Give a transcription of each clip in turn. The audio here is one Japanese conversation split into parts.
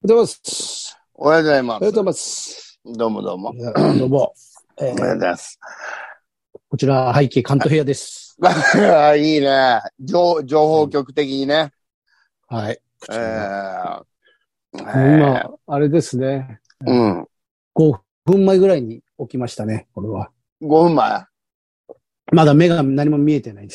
おはようございます。 おはようございます。 おはようございます。 どうもどうも。 どうも。 おはようございます。 こちら、背景関東部屋です。 いいね。情報局的にね。 はい。今、あれですね。 うん。 5分前ぐらいに起きましたね、これは。 5分前まだ目が何も見えてないです。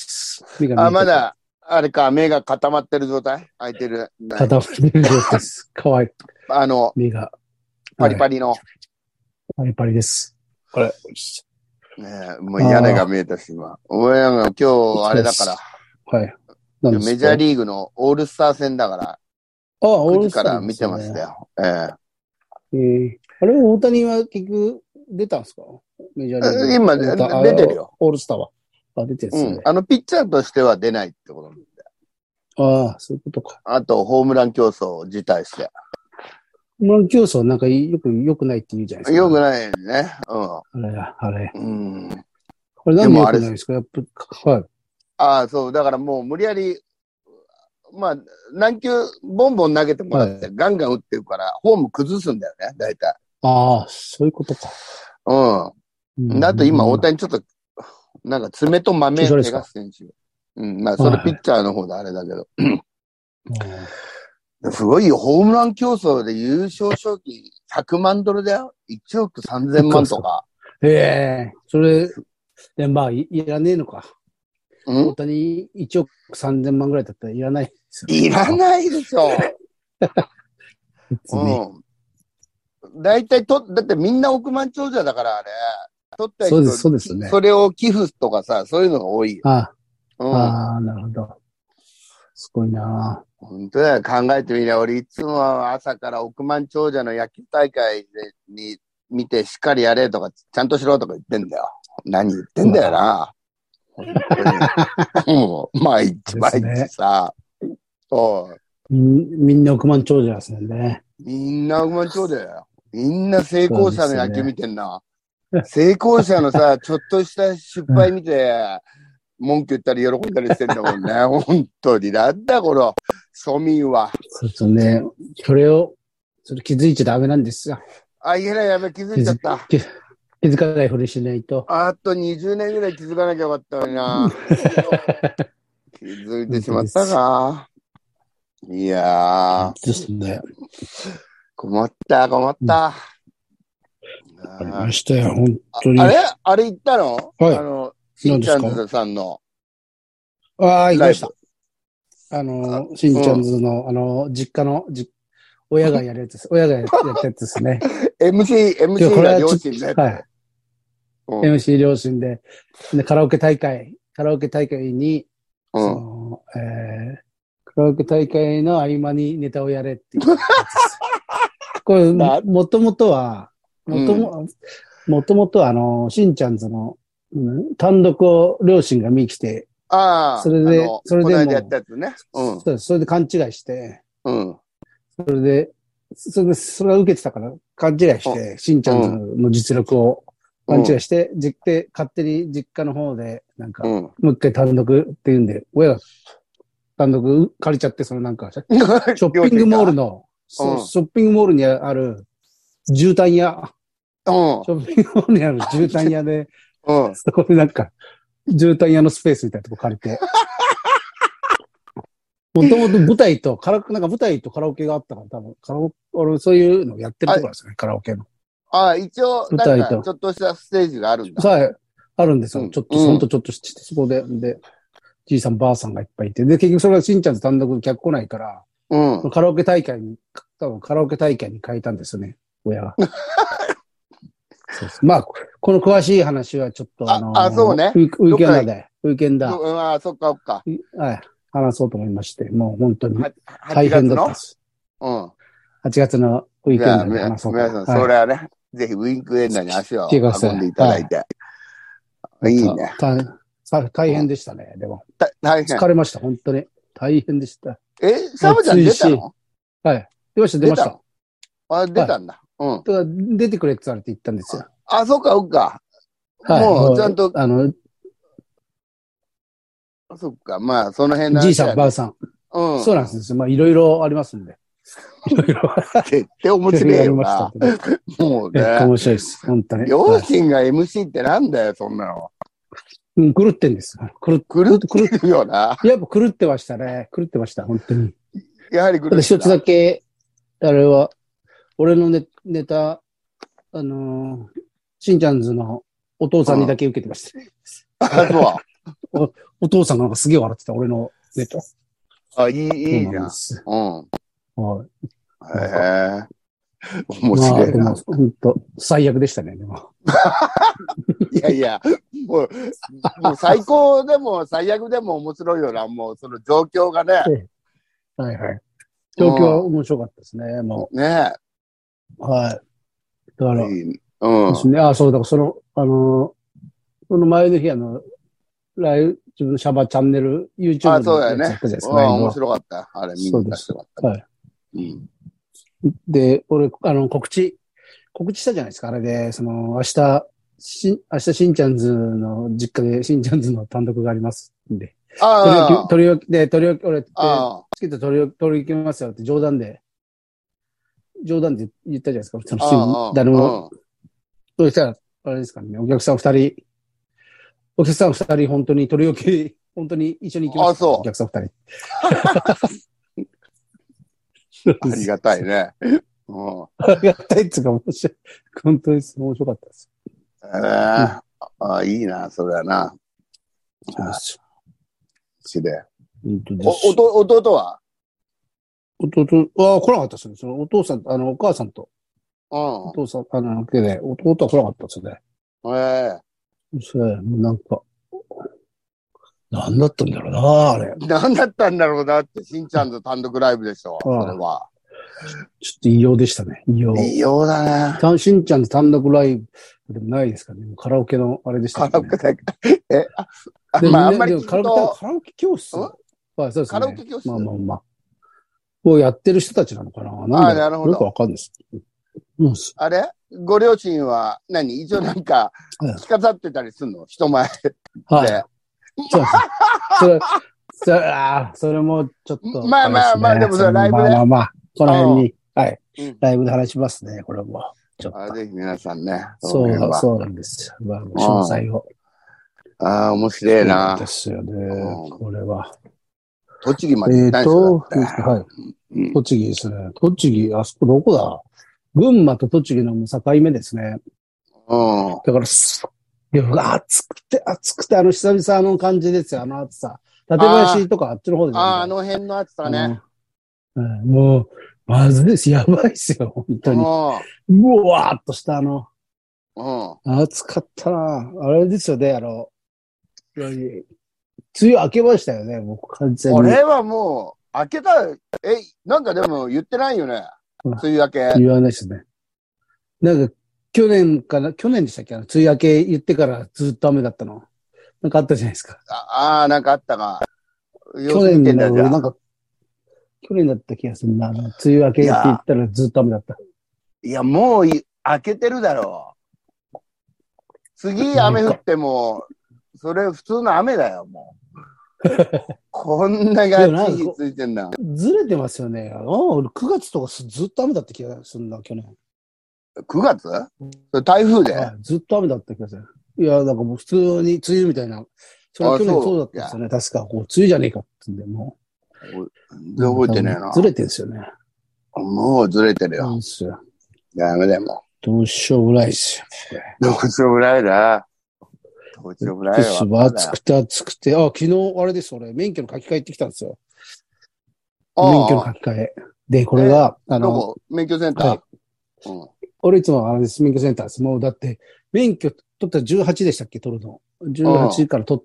まだ、あれか、目が固まってる状態開いてる。 固まってる状態です。かわいい。目が。 パリパリの。 パリパリです。これ。 ねもう屋根が見えたし、今。今日、あれだから。 はい。 メジャーリーグのオールスター戦だから。9時から見てましたよ。 あれ、大谷は結局出たんですか？メジャーリーグ。 今、出てるよ。 オールスターは。出てるんですね。 ピッチャーとしては出ないってことなんで。 ああ、そういうことか。 あと、ホームラン競争を辞退して。 ホームラン競争なんか良くないって言うじゃないですか。 良くないね。 あれ。 これなんで良くないですか？やっぱ、はい。 そう、だからもう無理やり、何球、ボンボン投げてもらって、ガンガン打ってるから、フォーム崩すんだよね、大体。 ああ、そういうことか。 あと今、大谷ちょっと、なんか爪と豆怪我してんし。それピッチャーの方であれだけど。すごいよ、ホームラン競争で優勝賞金100万ドルだよ。1億3000万とか。 それ、で、いらねえのか。大谷1億3000万ぐらいだったらいらないですよ。 いらないでしょ。だいたいだってみんな億万長者だから、あれ。取った人、 そうですね。 それを寄付とかさ、そういうのが多いよ。 なるほど。すごいな。 本当だよ、考えてみりゃ、俺いつも朝から億万長者の野球大会に見てしっかりやれとか、ちゃんとしろとか言ってんだよ。何言ってんだよな。本当に。もう、毎日さ。 みんな億万長者ですよね。 みんな億万長者よ。みんな成功者の野球見てんな。成功者のさ、ちょっとした失敗見て、文句言ったり喜んだりしてんだもんね。本当に。なんだこの庶民は。 そうですね。それ気づいちゃダメなんですよ。 いけない、やべ、気づいちゃった。 気づかないふりしないと。 あと20年ぐらい気づかなきゃよかったのにな。気づいてしまったか。いやー。ですね。 困った。 ありましたよ、本当に。 あれ行ったの？ はい。 しんちゃんずさんの。 行きました。しんちゃんずの、実家の、親がやるやつです。親がやったやつですね。 MC が両親で。 はい。MC 両親で、カラオケ大会に、カラオケ大会の合間にネタをやれっていうやつです。これ、もともとは、しんちゃんずの、単独を両親が見に来て、それでもこの間やったやつね。 それで勘違いして、それが受けてたから勘違いして、しんちゃんずの実力を勘違いして、勝手に実家の方で、なんか、もう一回単独って言うんで、親が単独借りちゃって、ショッピングモールの、ショッピングモールにある絨毯屋、ショッピングモールにある絨毯屋で、そこでなんか、絨毯屋のスペースみたいなとこ借りて。もともと舞台とカラオケがあったから、多分、俺そういうのやってるところですね、カラオケの。 一応、なんか、ちょっとしたステージがあるんだ。 はい、あるんですよ。ほんとちょっとして、そこで、じいさんばあさんがいっぱいいて。で、結局それはしんちゃんと単独で客来ないから、カラオケ大会に変えたんですよね、親が。まあ、この詳しい話はちょっとそうね。 ウィーケンダー。 そっか。 はい。話そうと思いまして、もう本当に大変だったです。8月のウィークエンダーで話そうと。 皆さん、それはね、ぜひウィークエンダーに足を運んでいただいて。いいね。 大変でしたね、でも。 大変。 疲れました、本当に。大変でした。 サムちゃん出たの？ はい。出ました。 出たんだ。 出てくれって言われて行ったんですよ。 そっか。もう、ちゃんと、そっか、まあ、その辺の。 じいさん、ばあさん。そうなんですよ。まあ、いろいろありますんで。 いろいろ。 絶対面白いよやりまな。 したけど。 もうね。 面白いです。本当に。 両親が MC ってなんだよ、そんなの。 うん、狂ってんです。狂ってるよな。 やっぱ狂ってましたね。狂ってました、本当に。 やはり狂ってた。 一つだけ、あれは、俺のネタ、しんちゃんズのお父さんにだけ受けてましたね。 あ、 そう。お父さんがなんかすげえ笑ってた、俺のネタ。 あ、いいじゃん。うん。 はい。 へえ。面白いな。 まあ、本当最悪でしたね、でも。 いやいや、もう最高でも最悪でも面白いよな、もうその状況がね。 はいはい。状況は面白かったですね、もう。ねえ。はい。だから、 ですね。あ、そう、だからその前の日自分のシャバチャンネル、YouTube のやつやったじゃないですか。 面白かった。あれ見に出してもらった。はい。 で、俺、告知したじゃないですか。あれで、明日しんちゃんズの実家でしんちゃんズの単独がありますんで。取り置き、俺、チケット取り置きますよって冗談で言ったじゃないですか。誰も。そうしたら、あれですかね、お客さん二人本当に取り置き、本当に一緒に行きました、お客さん二人。 ありがたいね。 ありがたいっていうか、本当に面白かったです。 いいな、それはな。 そうですよ。 しで。弟は来なかったですね。お父さん、お母さんと。お父さん、弟は来なかったですね。なんか、何だったんだろうな、あれ。 何だったんだろうなって、しんちゃんの単独ライブでしょ、それは。 ちょっと異様でしたね。異様だね。 しんちゃんの単独ライブでもないですかね。カラオケのあれでしたね。 カラオケだけ。あんまりカラオケ教室そうですね。 カラオケ教室まあ。をやってる人たちなのかな。 なるほど。 よくわかんないです。 あれご両親は一応なんか、着飾ってたりすんの人前で。 はい。そうです。それもちょっと。 まあ、でもそれライブで。 まあ、この辺に、はい。ライブで話しますね、これも。 ぜひ皆さんね。 そうなんですよ。詳細を。 面白いな。 そうですよね、これは。 栃木まで行ったんですよ。 はい。栃木ですね。あそこどこだ群馬と栃木の境目ですね。だから、暑くて、久々の感じですよ、暑さ。館林とかあっちの方ですよ。あの辺の暑さね。 もう、まずいです。やばいですよ、本当に。うわーっとした暑かったな。あれですよね、梅雨明けましたよね、もう完全に。 俺はもう、明けた、なんかでも言ってないよね。梅雨明け。 言わないですね。なんか、去年でしたっけ梅雨明け言ってからずっと雨だったの。なんかあったじゃないですか。 なんかあったか。 去年だった気がするな。梅雨明けって言ったらずっと雨だった。 いや、もう明けてるだろう。次雨降っても、それ普通の雨だよ、もう。こんながっちりついてんだ。 ずれてますよね。俺9月とかずっと雨だった気がするんだ、去年。 9月台風で、 ずっと雨だった気がする。いや、なんかもう普通に梅雨みたいな。それは去年そうだったんですよね。確か、梅雨じゃねえかってんで、もう。覚えてねえな。 ずれてるんですよね。 もうずれてるよ。 そうですよ。 ダメだよ、もう。どうしようもないですよ。 どうしようもないな。どうしようもないわ。 暑くて。昨日、あれです、俺、免許の書き換え行ってきたんですよ。免許の書き換え。で、これが、 どこ免許センター、はい俺いつもあれです、免許センターです。もうだって、免許取ったら18でしたっけ、取るの。18から取って、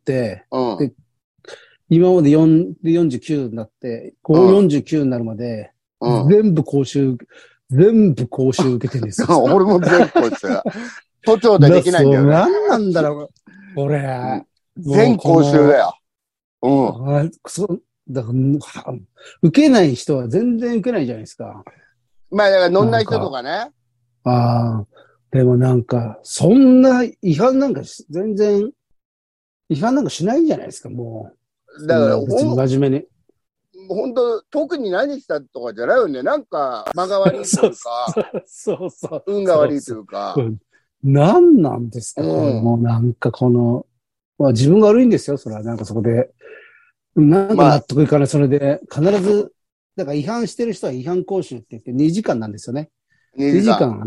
で、今まで49になって、49になるまで、全部講習受けてるんですよ。 俺も全部講習。都庁でできないんだよね。 何なんだろう、これ。 全講習だよ。 だから、受けない人は全然受けないじゃないですか。 まあ、だから乗んない人とかね。 でもなんか、そんな違反なんかしないんじゃないですか、もう。 だから、 別に真面目に。 本当特に何したとかじゃないよね。なんか、間が悪いというか、 そうそう。 運が悪いというか。 何なんですか、 うんこれもうなんかこの、まあ自分が悪いんですよ、それは。なんかそこで。なんか納得いかない。それで、必ず、だから違反してる人は違反講習って言って2時間なんですよね。2時間、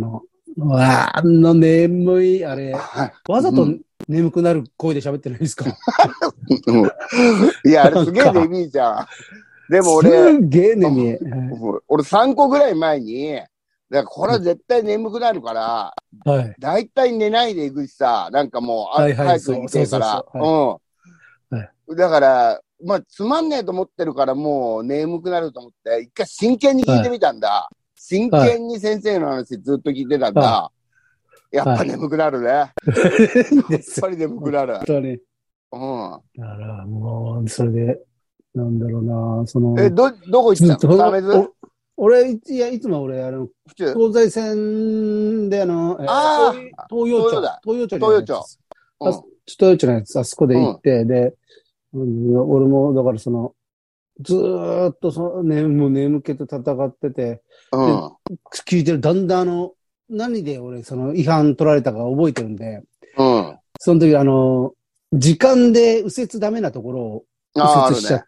眠い、あれ、わざと眠くなる声で喋ってないですか？ いや、あれすげえ眠いじゃん。でも俺、 すげえ眠い。 俺3個ぐらい前に、だからこれは絶対眠くなるから、 はい。 だいたい寝ないで行くしさ、なんかもう、 はいはい、 早く行きてえから、だから、まあ、つまんねえと思ってるからもう眠くなると思って、一回真剣に聞いてみたんだ。真剣に先生の話ずっと聞いてたんだ。やっぱ眠くなるね。やっぱり眠くなる。 本当に。だからもう、それで、なんだろうな、その。 どこ行ったの？鮫洲？ 俺、いつも俺、東西線で東洋町。東洋町。東洋町のやつ、あそこで行って、で、俺も、だからずーっともう眠気と戦ってて、聞いてる、だんだん何で俺、違反取られたか覚えてるんで、その時、時間で右折ダメなところを右折しちゃって、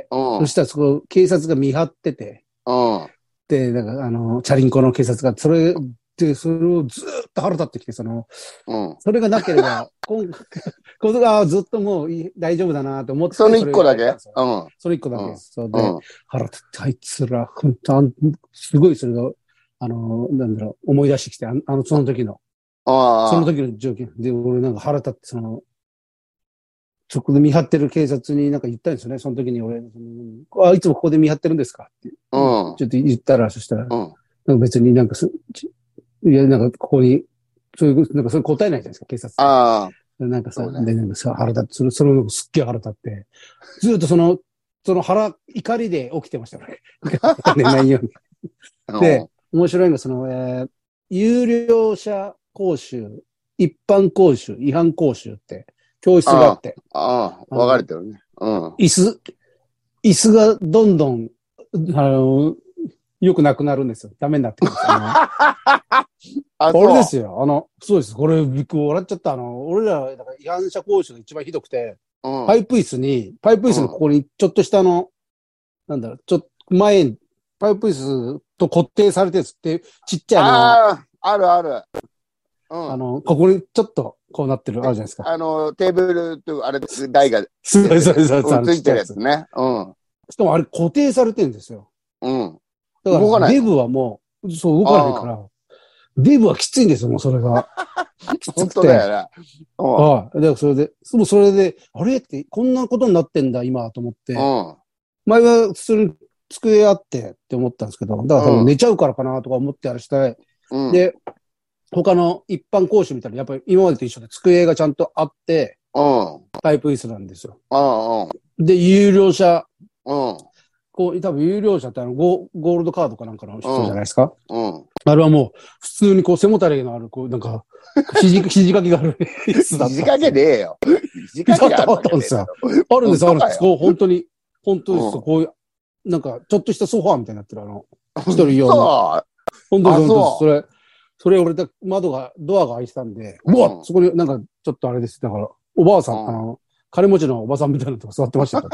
そしたらそこ、警察が見張ってて、で、なんか、チャリンコの警察が、それをずーっと腹立ってきて、それがなければ、これがずっともう大丈夫だなと思って。 その一個だけ？ その一個だけです。そうで、腹立って、あいつら、本当すごいそれが、なんだろう、思い出してきて、その時の状況で、俺なんか腹立って、そこで見張ってる警察になんか言ったんですよね。その時に俺、いつもここで見張ってるんですかって。ちょっと言ったら、そしたら、なんか別になんかいや、なんかここに、そういう、なんかそれ答えないじゃないですか、警察。なんかさ、で、なんかさ、腹立って、そのすっげえ腹立って、ずっとその怒りで起きてましたね。寝ないように。で、面白いのが、有料者講習、一般講習、違反講習って、教室があって。 分かれてるね。 椅子がどんどん、よくなくなるんですよ。ダメになってくるんですよ。これですよ。そうです。これ、びっくり笑っちゃった。俺ら、だから違反者講習が一番ひどくて、パイプ椅子のここに、ちょっとしたなんだろう、ちょっと前、パイプ椅子と固定されてるって、ちっちゃいあるある。 ここにちょっと、こうなってる、あるじゃないですか。 テーブルと、あれ、台が。 そう、ついてるやつね。 しかもあれ固定されてるんですよ。だから、 動かない。 デブはもう、そう、動かないから、デブはきついんですよ、もうそれが。 本当だよね。 だからそれで、あれって、こんなことになってんだ、今、と思って。前は普通に机あってって思ったんですけど、だから多分寝ちゃうからかなとか思ってあれして、で、他の一般講師みたいな、やっぱり今までと一緒で机がちゃんとあって、タイプ椅子なんですよ。で、有料者、多分有料者ってゴールドカードかなんかの人じゃないですか。あれはもう、普通に背もたれのある、なんか、肘掛けがある椅子だった。 肘掛けねえよ。 肘掛けあったんですよ。あるんです。本当に、本当です。こういう、なんか、ちょっとしたソファーみたいになってる、一人用の。本当に、それ俺でドアが開いてたんで、そこになんか、ちょっとあれです。だから、おばあさん、金持ちのおばさんみたいなとこ座ってましたから。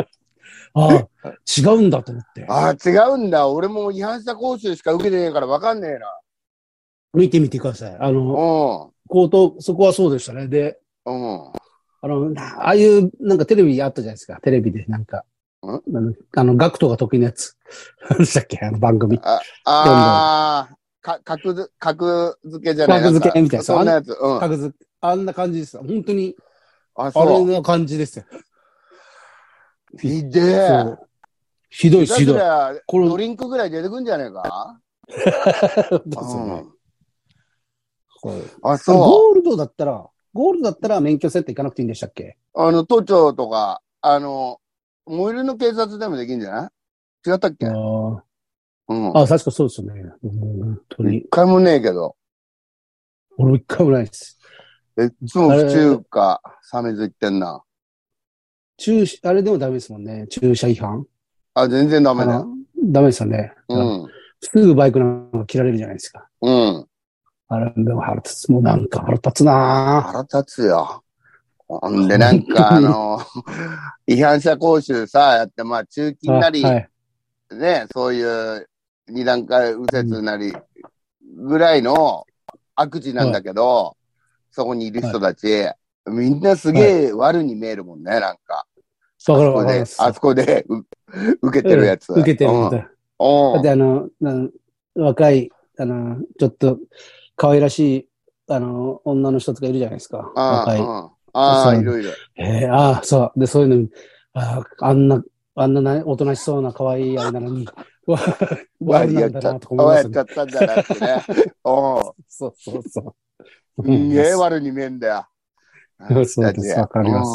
違うんだと思って。 違うんだ。俺も違反した講習しか受けてねえから分かんねえな。 見てみてください。そこはそうでしたね。で、ああいう、なんかテレビあったじゃないですか。テレビで、なんか。ガクトが得意なやつ。何でしたっけ番組。 格付けじゃない。 格付けみたいな。 そんなやつ。 格付け。あんな感じです。本当に。あれの感じですよ。 ひでえ。 ひどい。 ドリンクぐらい出てくんじゃねえかゴールドだったら免許セット行かなくていいんでしたっけ？ 都庁とか、最寄りの警察でもできるんじゃない？違ったっけ？ 確かそうですよね。本当に。 一回もねえけど。 俺も一回もないです。 いつも府中か、鮫洲行ってんな。 あれでもダメですもんね。駐車違反。 あ、全然ダメだよ。 ダメですよね。 うん。 すぐバイクなんか切られるじゃないですか。 うん。 あれ、でも腹立つ。もうなんか腹立つな腹立つよ。ほんで、なんか違反者講習さ、やって、まあ、中勤なり、 はい。 ね、そういう二段階右折なり、ぐらいの悪事なんだけど、そこにいる人たち、みんなすげえ悪に見えるもんね、なんか。 わかるわかります。 あそこで受けてるやつ。 受けてるので。だって若い、ちょっと可愛らしい、女の人とかいるじゃないですか。若い。 いるいる。 そう。で、そういうの、あんなおとなしそうな可愛いあれなのに、悪なんだなとか思いますやっちゃったんだなってね。 そうそうそう。 すんげえ悪に見えんだよ。 そうです。わかります。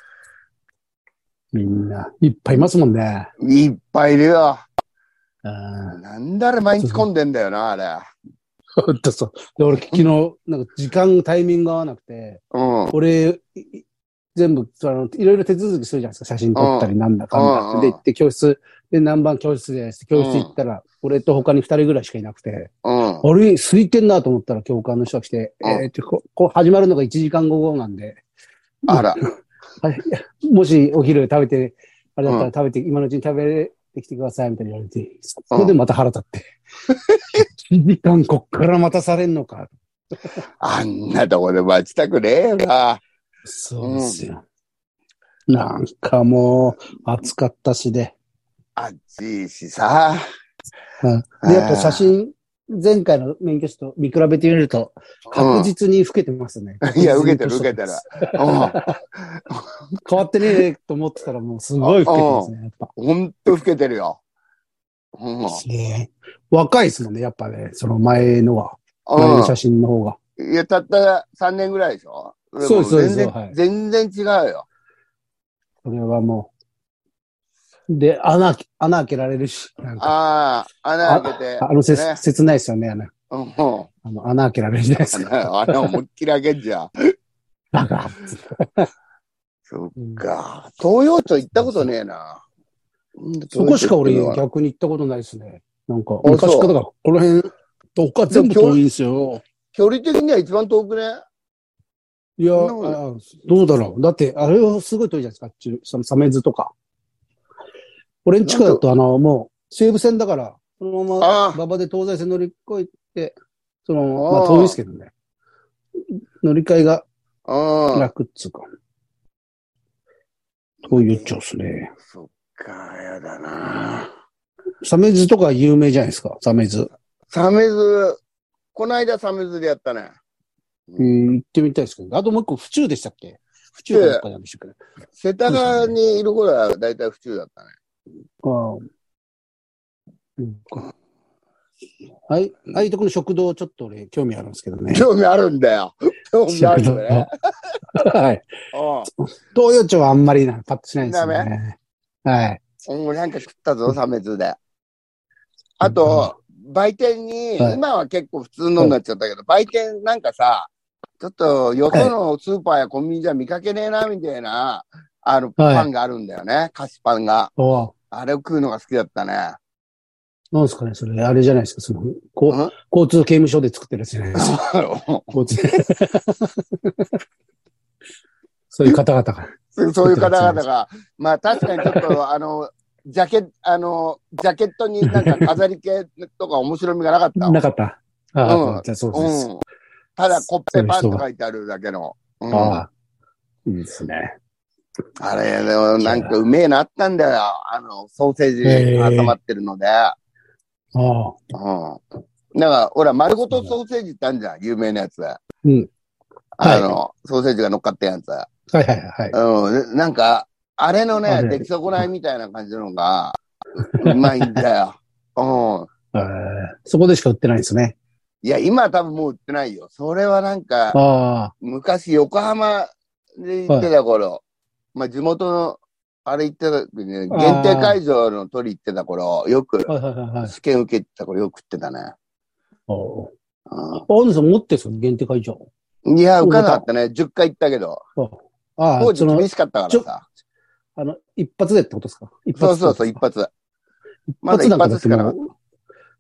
みんな、いっぱいいますもんね。 いっぱいいるよ。なんだあれ毎日混んでんだよな、あれ。 ほんとそう。で、俺昨日、なんかタイミングが合わなくて、俺、全部、いろいろ手続きするじゃないですか。写真撮ったりなんだかんだって。で、行って教室、で、何番教室で、教室行ったら、俺と他に2人ぐらいしかいなくて、あれ、空いてんなと思ったら教官の人が来て、始まるのが1時間後なんで、 あら。 もしお昼食べて、あれだったら今のうちに食べてきてくださいみたいに言われて、そこでまた腹立って。1時間こっから待たされんのか。 あんなとこで待ちたくねえよな。 そうですよ。なんかもう、暑かったしで。 暑いしさ。 で、やっぱ写真、前回の免許証と見比べてみると、確実に老けてますね。 いや、受けてる。変わってねえと思ってたらもうすごい老けてますね、やっぱ。 ほんと老けてるよ。 若いですもんね、やっぱね、その前のは。前の写真の方が。 いや、たった3年ぐらいでしょ。 そうです、そうです。 全然違うよ。 それはもう。で、穴開けられるし。 穴開けて。 切ないですよね、穴開けられるじゃないですか。 穴思いっきり開けんじゃん。 バカ。 そっか。東洋町行ったことねえな。 そこしか俺逆に行ったことないですね。なんか、昔からこの辺、他全部遠いんですよ。 距離的には一番遠くね。 いや、どうだろう。だって、あれはすごい遠いじゃないですか。その鮫洲とか。俺んちくだともう、西武線だから、そのまま、馬場で東西線乗り越えて、そのまま、遠いですけどね。乗り換えが楽っつうか。遠いっちゃうっすね。 そっか、やだな。 鮫洲とか有名じゃないですか、鮫洲。 鮫洲、この間鮫洲でやったね。 行ってみたいですけど、あともう一個、府中でしたっけ？府中かどっかでしたっけ？ 世田谷にいる頃はだいたい府中だったね。 ああいうとこの食堂ちょっと俺興味あるんですけどね。 興味あるんだよ。興味あるね。 はい。東洋町はあんまりパッとしないですね。はい。 なんか食ったぞ、鮫洲で。あと、売店に、今は結構普通のになっちゃったけど、売店なんかさ、ちょっとよそのスーパーやコンビニじゃ見かけねえな、みたいな、パンがあるんだよね。菓子パンが。あれを食うのが好きだったね。 なんですかね、それ、あれじゃないですか、その、交通刑務所で作ってるやつじゃないですか。そういう方々が。 そういう方々が、まあ確かにちょっと、ジャケットになんか飾り系とか面白みがなかった。 なかった。じゃあそうです。 ただ、コッペパンと書いてあるだけの。 いいですね。 あれ、でもなんかうめえなったんだよ。ソーセージ挟まってるので。なんか、ほら、丸ごとソーセージってあるじゃん。有名なやつ。ソーセージが乗っかったやつ。なんか、あれのね、出来損ないみたいな感じのが、うまいんだよ。 そこでしか売ってないんですね。 いや、今は多分もう売ってないよ。それはなんか、昔横浜で行ってた頃、まあ地元の、あれ行ってた時に、限定会場の取り行ってた頃、よく、試験受けてた頃よく食ってたね。 大野さん持ってるんですか、限定会場。 いや、受かなかったね。10回行ったけど。当時厳しかったからさ。 一発でってことですか？一発。 そう、一発。 まだ一発しかなかった。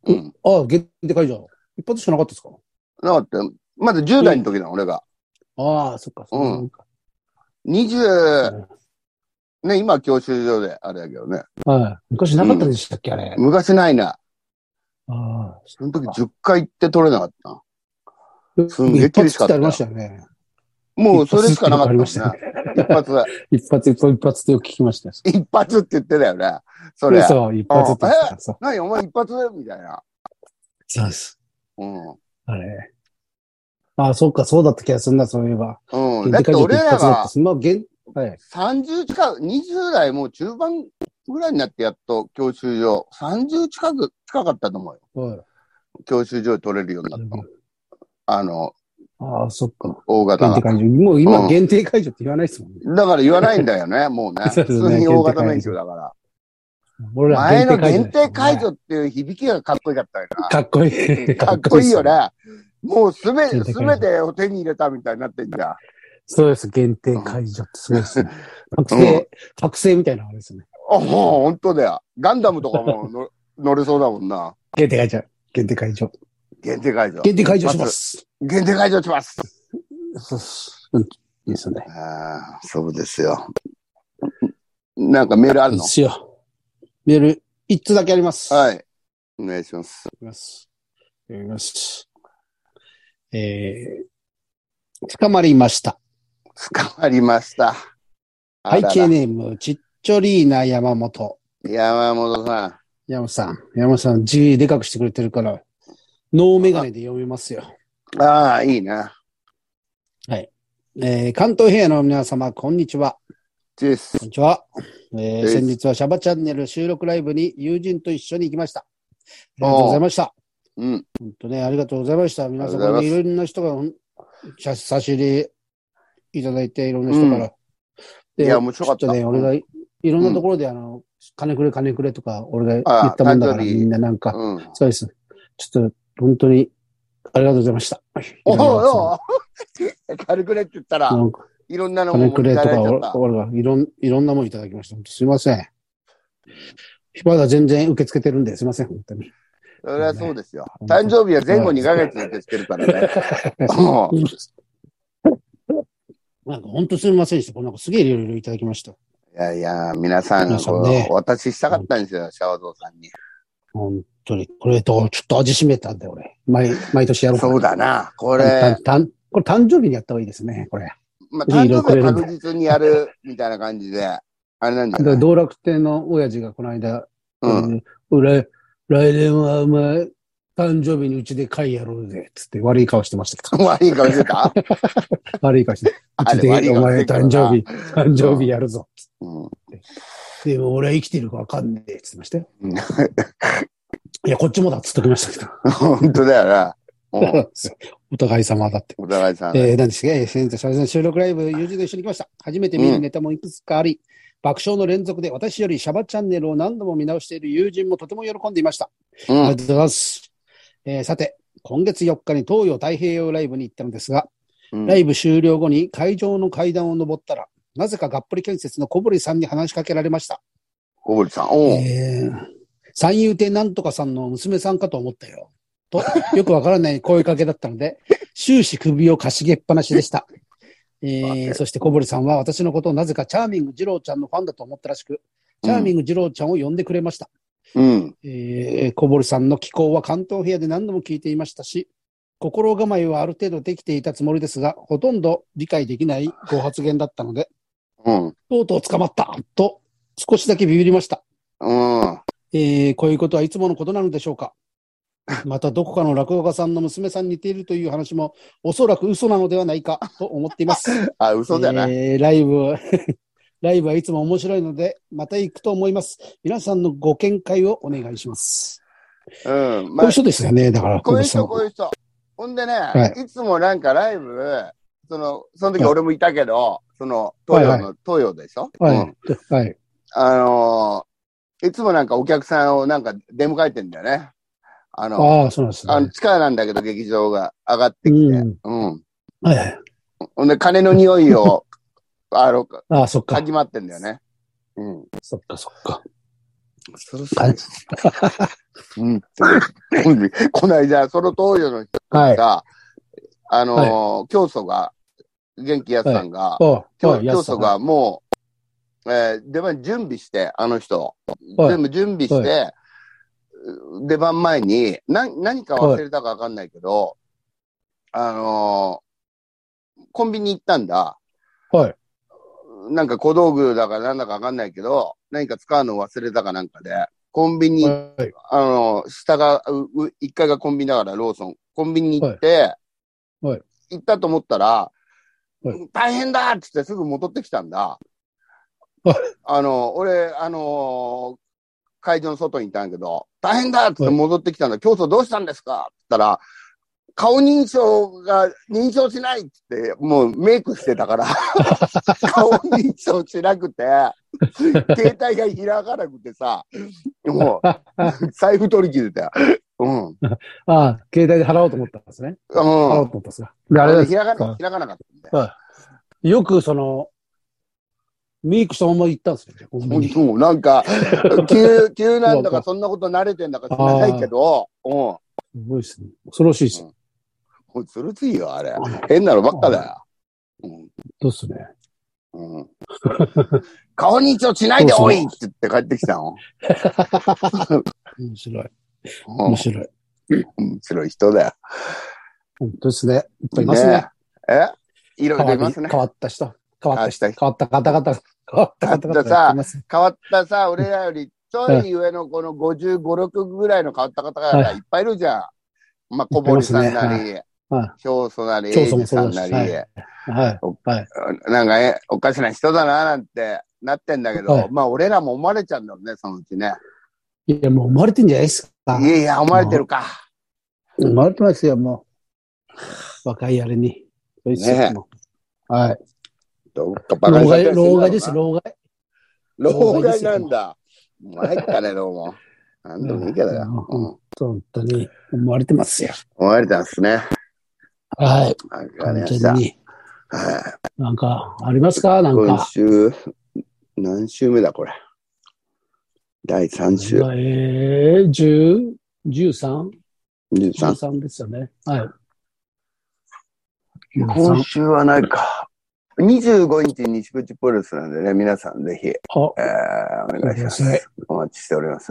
うん。 限定会場。一発しかなかったですか？ なかった。まだ10代の時だ、俺が。 ああ、そっか。 うん。20、ね、今は教習所であれだけどね。 はい。昔なかったでしたっけ、あれ。 昔ないな。 ああ。 その時10回行って取れなかった。すんげえ厳しかった。 ありましたよね。 もうそれしかなかったもんね。一発。 一発ってよく聞きましたよ。 一発って言ってたよね。それ。 そう、一発って言ってた。 何お前一発みたいな。 そうです。 うん。 あれ。ああ、そうか、そうだった気がするな、そういえば。 うん。だって俺らが、 はい、 30近く、20代もう中盤ぐらいになってやっと教習所、30近かったと思うよ。はい。教習所で取れるようになったの。 ああ、そっか。 大型限定解除。もう今、限定解除って言わないですもんね。 だから言わないんだよね、もうね。普通に大型免許だから。前の限定解除っていう響きがかっこよかったよな。 かっこいい。 かっこいいよね。もうすべてを手に入れたみたいになってんじゃん。 そうです。限定解除ってすごいですね。覚醒みたいなのあれですね。 ほんとだよ。ガンダムとかも乗れそうだもんな。 限定解除。限定解除。 限定解除。 限定解除します。 限定解除します。 そうです。いいですね。 ああ、そうですよ。なんかメールあるの？ ですよ。メール、一つだけあります。 はい。お願いします。 読みます。捕まりました。 捕まりました。 背景ネーム、ちっちょりーな山本。 山本さん、字でかくしてくれてるから、ノーメガネで読めますよ。 ああ、いいな。 はい。関東平野の皆様、こんにちは。こんにちは。先日はシャバチャンネル収録ライブに友人と一緒に行きました。ありがとうございました。 うん。 本当ね、ありがとうございました。皆さん、いろんな人が差し入れいただいて、いろんな人から。 いや、面白かった。 ちょっとね、俺がいろんなところで金くれとか、俺が言ったもんだから、みんななんか、そうです。ちょっと、本当に、ありがとうございました。 金くれって言ったら、いろんなのも金くれとか、俺がいろんなもんいただきました。すいません。まだ全然受け付けてるんで、すいません、本当に。 それはそうですよ。誕生日は前後2ヶ月受け付けるからね。 なんか本当すみませんでした。なんかすげえいろいろいただきました。 いや、皆さん、お渡ししたかったんですよ、シャワゾウさんに。 本当に。これと、ちょっと味しめたんだよ、俺。毎年やろうかな。 そうだな。これ誕生日にやった方がいいですね、これ。 まあ、誕生日は確実にやる、みたいな感じで、あれなんじゃない？ 道楽天の親父がこの間、来年はお前、誕生日にうちで会やろうぜ、つって悪い顔してましたけど。 悪い顔してた？ 悪い顔して。うちでお前誕生日やるぞ。でも俺は生きてるかわかんねえ、つってましたよ。いや、こっちもだっつっときましたけど。 本当だよな。 お互い様だって。 お互い様。 何ですか、収録ライブ、友人と一緒に来ました。初めて見るネタもいくつかあり、爆笑の連続で私よりシャバチャンネルを何度も見直している友人もとても喜んでいました。ありがとうございます。さて、今月4日に東洋太平洋ライブに行ったのですが、ライブ終了後に会場の階段を登ったら、なぜかがっぷり建設の小堀さんに話しかけられました。 小堀さん、 三遊亭なんとかさんの娘さんかと思ったよ。と、よくわからない声かけだったので、終始首をかしげっぱなしでした。そして小堀さんは私のことをなぜかチャーミング二郎ちゃんのファンだと思ったらしく、チャーミング二郎ちゃんを呼んでくれました。小堀さんの寄稿は関東部屋で何度も聞いていましたし、心構えはある程度できていたつもりですが、ほとんど理解できないご発言だったので、とうとう捕まったと少しだけビビりました。こういうことはいつものことなのでしょうか。またどこかの落語家さんの娘さんに似ているという話もおそらく嘘なのではないかと思っています。 嘘じゃない。 ライブはいつも面白いので、また行くと思います。皆さんのご見解をお願いします。こういう人ですよね、だから。 こういう人。ほんでね、いつもなんかライブ、その時俺もいたけど、東洋でしょ？いつもなんかお客さんをなんか出迎えてんだよね。 そうなんですね。 地下なんだけど劇場が上がってきて。ほんで金の匂いを、 そっか。 始まってんだよね。 うん。 そっかそっか。 そろそろ。うん。この間、その当時の人がさ、教祖が、元気やすさんが、教祖がもう、出番準備して、あの人。全部準備して、出番前に、何か忘れたかわかんないけど、コンビニ行ったんだ。 はい。 なんか小道具だかなんだかわかんないけど、何か使うの忘れたかなんかで、コンビニ、下が、1階がコンビニだからローソン。コンビニ行って、行ったと思ったら、大変だっつってすぐ戻ってきたんだ。俺、会場の外にいたんだけど、大変だっつって戻ってきたんだ。教祖どうしたんですかって言ったら、顔認証が認証しないって、もうメイクしてたから、顔認証しなくて、携帯が開かなくてさ、もう、財布取り切れたよ。うん。 ああ、携帯で払おうと思ったんですね。払おうと思ったんですが。 あれ開かなかったんだよ。 よくメイクしたまま行ったんですよ。 もうなんか、急なんだかそんなこと慣れてんだか知らないけど、 すごいですね。恐ろしいですよ。 恐ろしいよ、あれ。変なのばっかだよ。 そうっすね。 顔認証しないでおいって言って帰ってきたの。 面白い。面白い。 面白い人だよ。 本当ですね。いっぱいいますね。 いろいろいますね。 変わった人。変わった方々。変わった方々。 変わったさ、俺らよりちょい上のこの55、6ぐらいの変わった方々いっぱいいるじゃん。まあ、小堀さんなり、教祖なり、エイジさんなり、なんかおかしな人だななんてなってんだけど、まあ俺らも思われちゃうんだろうね、そのうちね。 いや、もう思われてんじゃないですか。 いや、思われてるか。 思われてますよ、もう。若いあれに。 ね。 はい。 どっかバカにされてる老害です、老害。 老害なんだ。参ったね、どうも。なんでもいいけどよ。 本当に思われてますよ。 思われてますね。 はい。完全に。なんか、ありますかなんか。 今週、何週目だ、これ。第3週。 13 13ですよね。はい。 今週はないか。25日西口プロレスなんでね、皆さんぜひ、お願いします。お待ちしております。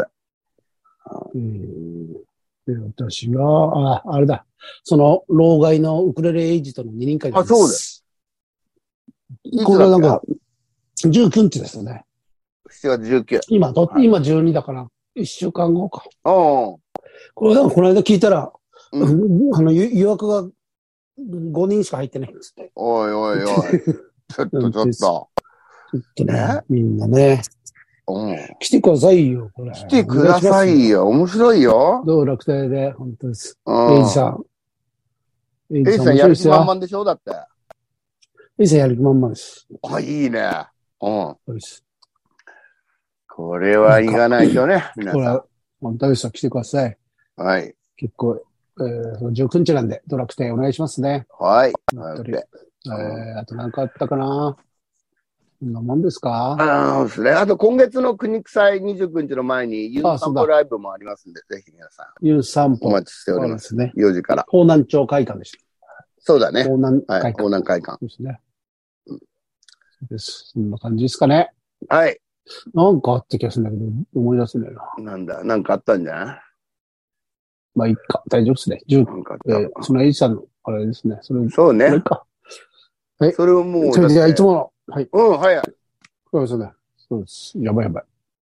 で私は、あれだ。その、老害のウクレレエイジとの二人会です。 そうです。 これはなんか、19日ですよね。 7月19。 今12だから、1週間後か。これなんかこの間聞いたら、予約が5人しか入ってないんですって。 おいおいおい。ちょっと。 ちょっとね、みんなね。来てくださいよ、これ。 来てくださいよ。面白いよ。 どう楽亭で、本当です。エイジさん。 エイジさんやる気満々でしょだって。 エイジさんやる気満々です。 いいね。そうです。これは行かないとね、皆さん。 本当です。来てください。 はい。 結構、19日なんで、ドラクテお願いしますね。 はい。 あと何かあったかなこんなもんですかそうですね。あと今月の国臭い29日の前に、ユン散歩ライブもありますんで、ぜひ皆さん。 ユン散歩。 お待ちしておりますね。4時から。 方南町会館でした。 そうだね。 方南会館。 方南会館。 ですね。そうです。そんな感じですかね。 はい。 なんかあった気がするんだけど、思い出せないな。なんかあったんじゃないまあ、いいか。大丈夫ですね。そのエイジさんの、あれですね。 そうね。 それか。 はい。それをもう。 それでは、いつもの。はい。 はい。 そうですね。そうです。やばい。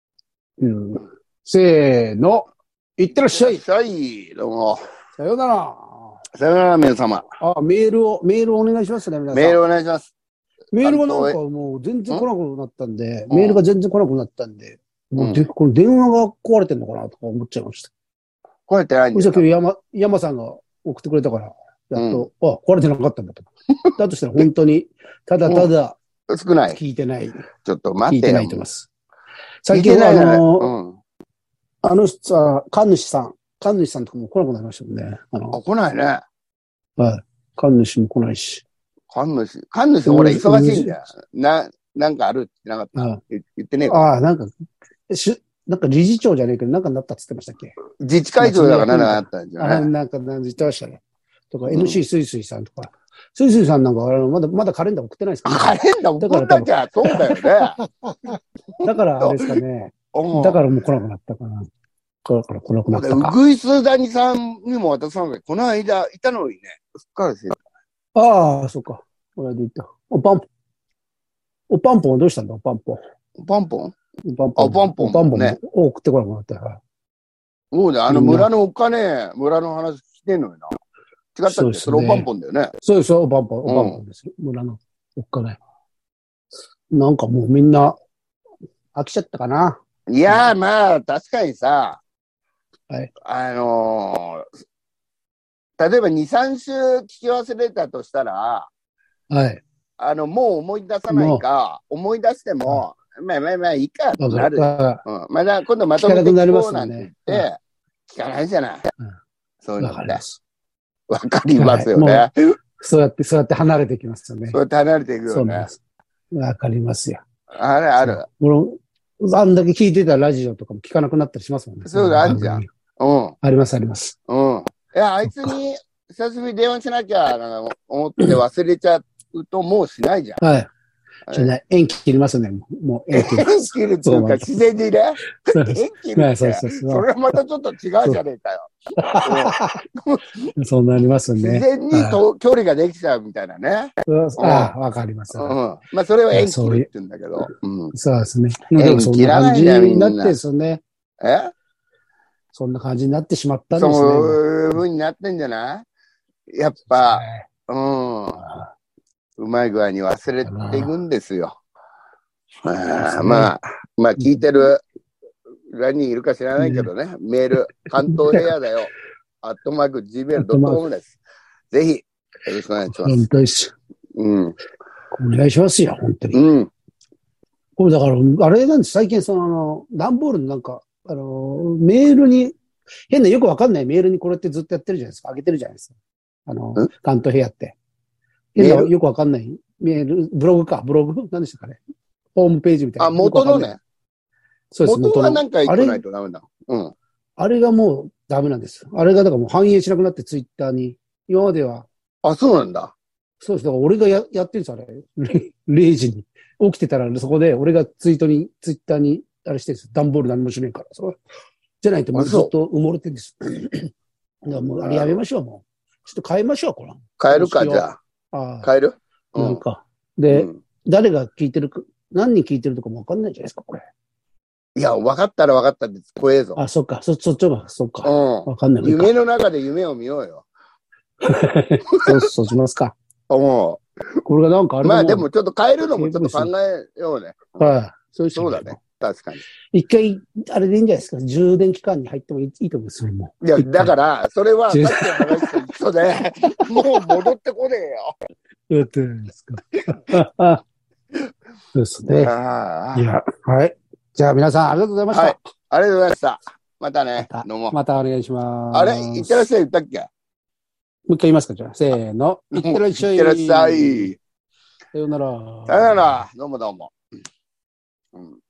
せーの。いってらっしゃい。 どうも。 さようなら。 さようなら、皆様。 メールをお願いしますね、皆さん。 メールお願いします。 メールがなんかもう全然来なくなったんで、メールが全然来なくなったんで、もうこの電話が壊れてんのかなとか思っちゃいました。 壊れてないんですか？ 山さんが送ってくれたから、やっと、壊れてなかったんだと。だとしたら本当に、ただ、 少ない。 聞いてない。 ちょっと待って。 聞いてないと思います。最近人さ、神主さんとかも来なくなりましたもんね。 来ないね。 はい。神主も来ないし。 神主、俺忙しいんだよ。 なんかあるって言ってなかった。言ってねえか。 ああ、なんか理事長じゃねえけど、なんかになったって言ってましたっけ？ 自治会長だからなんかあったんじゃない？ なんか言ってましたね。とか、MC スイスイさんとか。スイスイさんなんか、まだカレンダー送ってないですかね。 カレンダー送んなきゃ、そうだよね。 だからあれですかね。だからもう来なくなったかな。だから来なくなったか。 うぐいす谷さんにも渡さなきゃ、この間いたのにね。すっかりせああ、そっか。これでいた。おパンポンはどうしたんだ？おパンポン。 おパンポンね。送ってこなくなった。 そうだ、村のお金、村の話来てんのよな。違ったっけ？それおパンポンだよね。 そうです、おパンポンです。村のお金。なんかもうみんな飽きちゃったかな。 いや、まあ、確かにさ、 はい。 例えば2、3週聞き忘れたとしたら、 はい。 もう思い出さないか、思い出しても、まあ、いいかってなる。まだ、今度まとめて聞こうなんて言って、聞かないじゃない。そういうのって。わかりますよね。 そうやって離れていきますよね。 そうやって離れていくよね。 わかりますよ。 ある。 あんだけ聞いてたラジオとかも聞かなくなったりしますもんね。 そうだ、あるじゃん。 あります、あります。 いや、あいつに久しぶりに電話しなきゃ、思って忘れちゃうともうしないじゃん。 はい。じゃない、縁切りますね。もう縁切ります。 縁切るっていうか、自然にね。縁切るって。それはまたちょっと違うじゃねえかよ。 そうなりますね。 自然に距離ができちゃうみたいなね。 わかります。 まあ、それを縁切るって言うんだけど。 そうですね。 縁切らないんだよ、みんな。 なってですね。そんな感じになってしまったんですね。 そういう風になってんじゃない？やっぱ、うまい具合に忘れていくんですよ。まあ、聞いてる何人いるか知らないけどね、メール、関東ヘアだよ、@gmail.com です。ぜひ、よろしくお願いします。 本当です。お願いしますよ、本当に。これだから、あれなんです、最近段ボールのなんか、メールに、変なよくわかんないメールにこれってずっとやってるじゃないですか。上げてるじゃないですか。関東ヘアって。変なよくわかんないメール、ブログ何でしたかね。ホームページみたいな。 元のね。 そうです。 元はなんか言ってないとダメだ。 あれがもうダメなんです。あれがだからもう反映しなくなってツイッターに。今までは。 そうなんだ。 そうです。だから俺がやってるんです、あれ。0時に。起きてたらそこで俺がツイッターにあれしてるんです。段ボール何もしないから。じゃないともうずっと埋もれてるんです。だからもうあれやめましょう、もう。ちょっと変えましょう、これ。 変えるか、じゃあ。変える？ なんか。で、誰が聞いてるか、何人聞いてるとかもわかんないじゃないですか、これ。 いや、分かったら分かったって怖えぞ。 そっか。そっちが、そっか。わかんない。 夢の中で夢を見ようよ。 そうしますか。 これがなんかあれまあでもちょっと変えるのもちょっと考えようね。そうだね。確かに。 一回、あれでいいんじゃないですか。充電期間に入ってもいいと思うんですよ、もう。いや、だから、それはさっきの話と一緒で、もう戻ってこねえよ。やってるんですか。そうですね。いや、はい。じゃあ皆さんありがとうございました。はい。 ありがとうございました。またね。どうも。 またお願いします。 あれいってらっしゃい言ったっけ？ もう一回言いますか、じゃあ。せーの。いってらっしゃい。 いってらっしゃい。 さよなら。 さよなら。どうもどうも。